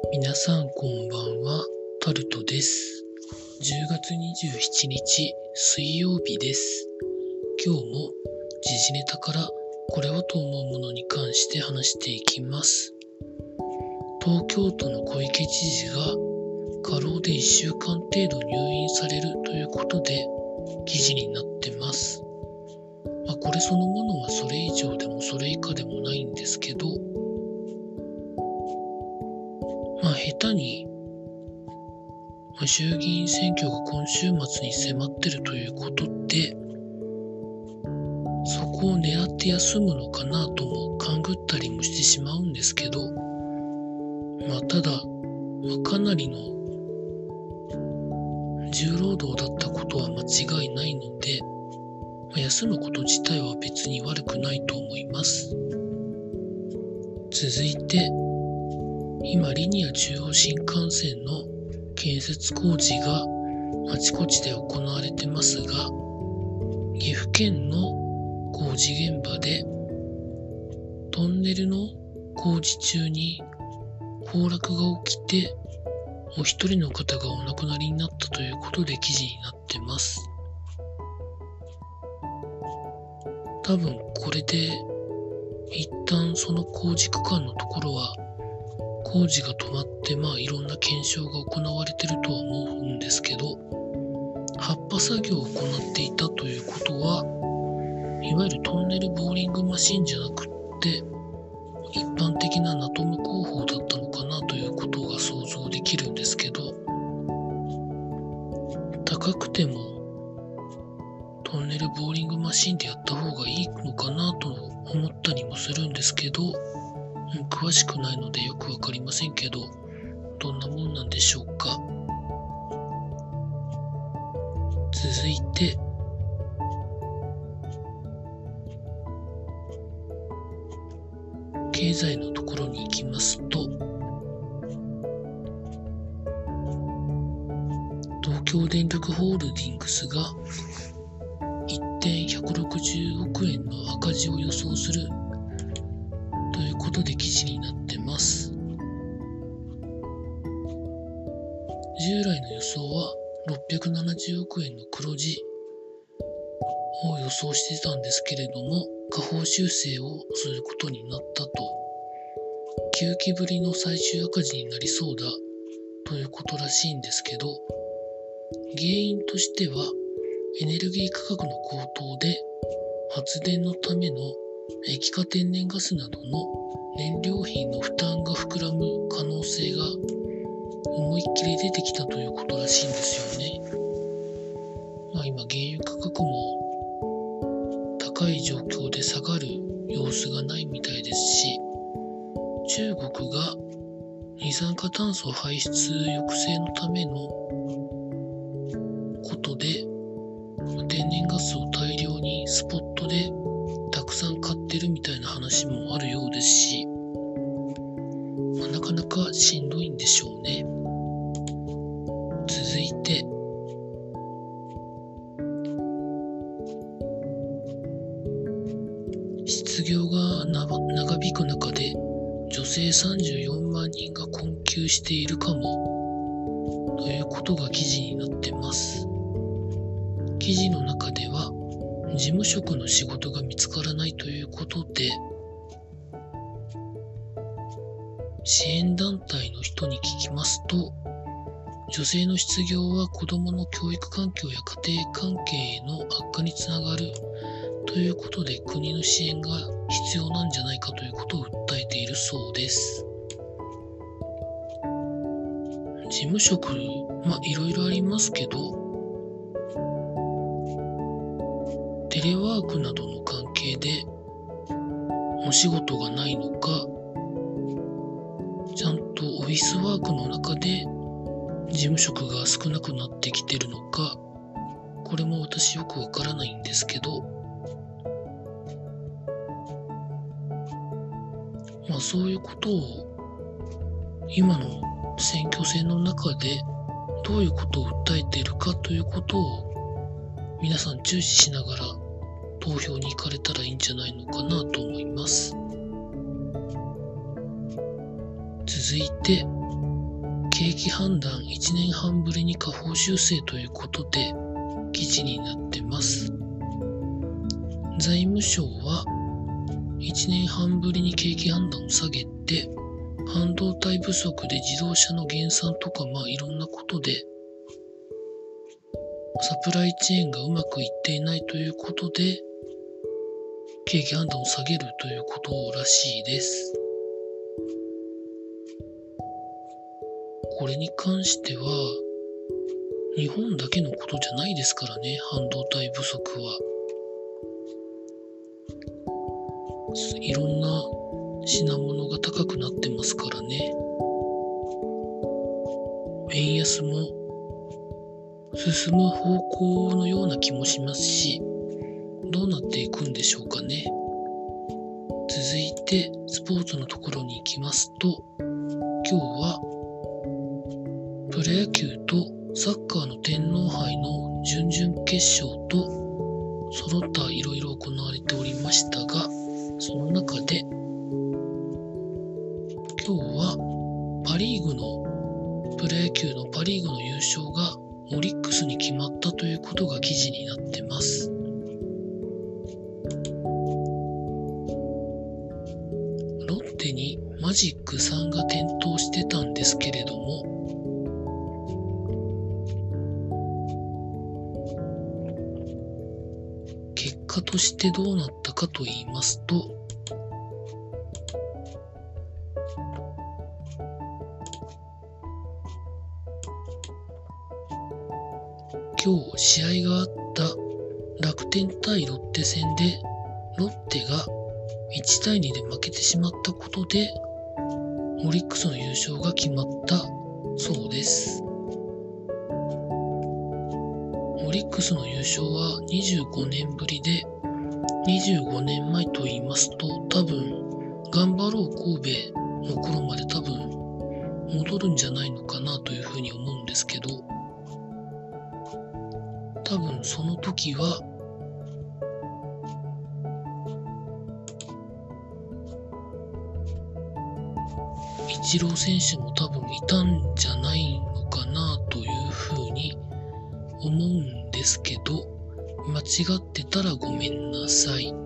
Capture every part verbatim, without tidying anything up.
皆さんこんばんは、タルトです。じゅうがつにじゅうしちにち水曜日です。今日も時事ネタからこれはと思うものに関して話していきます。東京都の小池知事が過労でいっしゅうかん程度入院されるということで記事になってます。まあ、これそのものはそれ以上でもそれ以下でもないんですけど、まあ下手に、まあ、衆議院選挙が今週末に迫ってるということで、そこを狙って休むのかなとも勘ぐったりもしてしまうんですけど、まあただ、まあ、かなりの重労働だったことは間違いないので、まあ、休むこと自体は別に悪くないと思います。続いて、今リニア中央新幹線の建設工事があちこちで行われてますが、岐阜県の工事現場でトンネルの工事中に崩落が起きてお一人の方がお亡くなりになったということで記事になってます。多分これで一旦その工事区間のところは工事が止まって、まあいろんな検証が行われてるとは思うんですけど、発破作業を行っていたということは、いわゆるトンネルボーリングマシンじゃなくって、一般的なナトム工法だったのかなということが想像できるんですけど、高くてもトンネルボーリングマシンでやった方がいいのかなと思ったりもするんですけど、詳しくないのでよくわかりませんけど、どんなもんなんでしょうか。続いて、経済のところに行きますと、東京電力ホールディングスがいってんひゃくろくじゅうおくえんの赤字を予想するということで記事になってます。従来の予想はろっぴゃくななじゅうおくえんの黒字を予想してたんですけれども、下方修正をすることになったと、きゅうきぶりの最終赤字になりそうだということらしいんですけど、原因としてはエネルギー価格の高騰で発電のための液化天然ガスなどの燃料費の負担が膨らむ可能性が思いっきり出てきたということらしいんですよね。まあ、今原油価格も高い状況で下がる様子がないみたいですし、中国が二酸化炭素排出抑制のためのことで天然ガスを大量にスポットでたくさん買ってるみたいな話もあるようですし、まあ、なかなかしんどいんでしょうね。続いて、失業が長引く中で女性さんじゅうよんまんにんが困窮しているかもということが記事になってます。記事の中では事務職の仕事が見つからないということで、支援団体の人に聞きますと、女性の失業は子どもの教育環境や家庭関係への悪化につながるということで、国の支援が必要なんじゃないかということを訴えているそうです。事務職、まあいろいろありますけど、テレワークなどの関係でお仕事がないのか、ちゃんとオフィスワークの中で事務職が少なくなってきてるのか、これも私よくわからないんですけど、まあそういうことを今の選挙戦の中でどういうことを訴えているかということを皆さん注視しながら投票に行かれたらいいんじゃないのかなと思います。続いて、 景気判断いちねんはんぶりに下方修正ということで記事になってます。財務省はいちねんはんぶりに景気判断を下げて、半導体不足で自動車の減産とか、まあいろんなことでサプライチェーンがうまくいっていないということで景気判断を下げるということらしいです。これに関しては日本だけのことじゃないですからね。半導体不足はいろんな品物が高くなってますからね。円安も進む方向のような気もしますし、どうなっていくんでしょうかね。続いてスポーツのところに行きますと、今日はプロ野球とサッカーの天皇杯の準々決勝とそろったいろいろ行われておりましたが、その中で今日はパリーグのプロ野球のパリーグの優勝がオリックスに決まったということが記事になってます。ロッテにマジックさんが点灯してたんですけれども、結果としてどうなったかと言いますと、今日試合があった楽天対ロッテ戦でロッテがいちたいにで負けてしまったことでオリックスの優勝が決まったそうです。オリックスの優勝はにじゅうごねんぶりで、にじゅうごねんまえと言いますと多分頑張ろう神戸の頃まで多分戻るんじゃないのかなというふうに思うんですけど、多分その時はイチロー選手も多分いたんじゃないのかなというふうに思うんですけど、間違ってたらごめんなさい。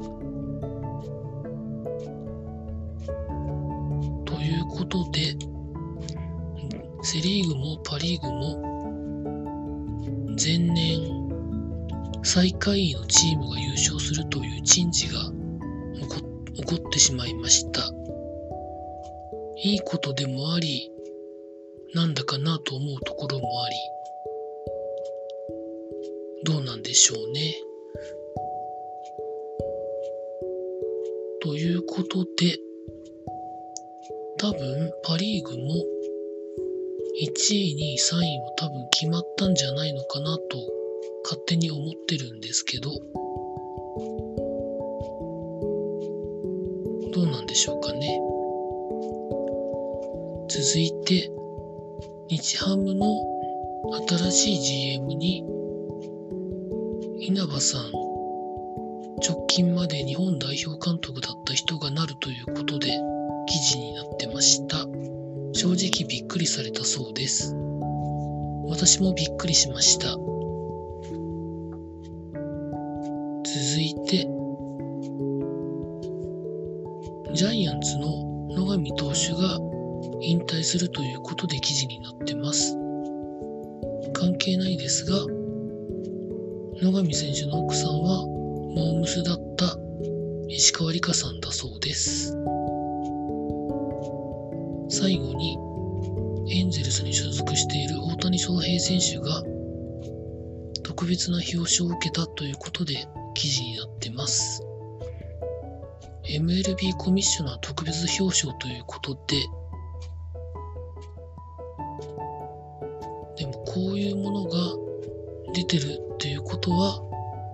ということで、セリーグもパリーグも前年最下位のチームが優勝するという珍事が起こ、起こってしまいました。いいことでもあり、なんだかなと思うところもあり、どうなんでしょうね。ということで、多分パリーグもいちい、にい、さんいも多分決まったんじゃないのかなと勝手に思ってるんですけど、どうなんでしょうかね。続いて日ハムの新しい ジーエム に稲葉さん、直近まで日本代表監督だった人がなるということで記事になってました。正直びっくりされたそうです。私もびっくりしました。続いてジャイアンツの野上投手が引退するということで記事になってます。関係ないですが、野上選手の奥さんはモームスだった石川理香さんだそうです。最後にエンゼルスに所属している大谷翔平選手が特別な表彰を受けたということで記事になってます。エムエルビー コミッショナー特別表彰ということで、でもこういうものが出てるということは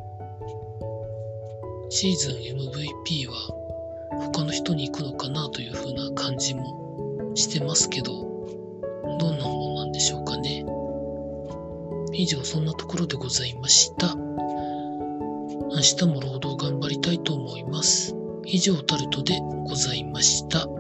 シーズン エムブイピー は他の人に行くのかなというふうな感じもしてますけど、どんなものなんでしょうかね。以上、そんなところでございました。明日も労働頑張りたいと思います。以上タルトでございました。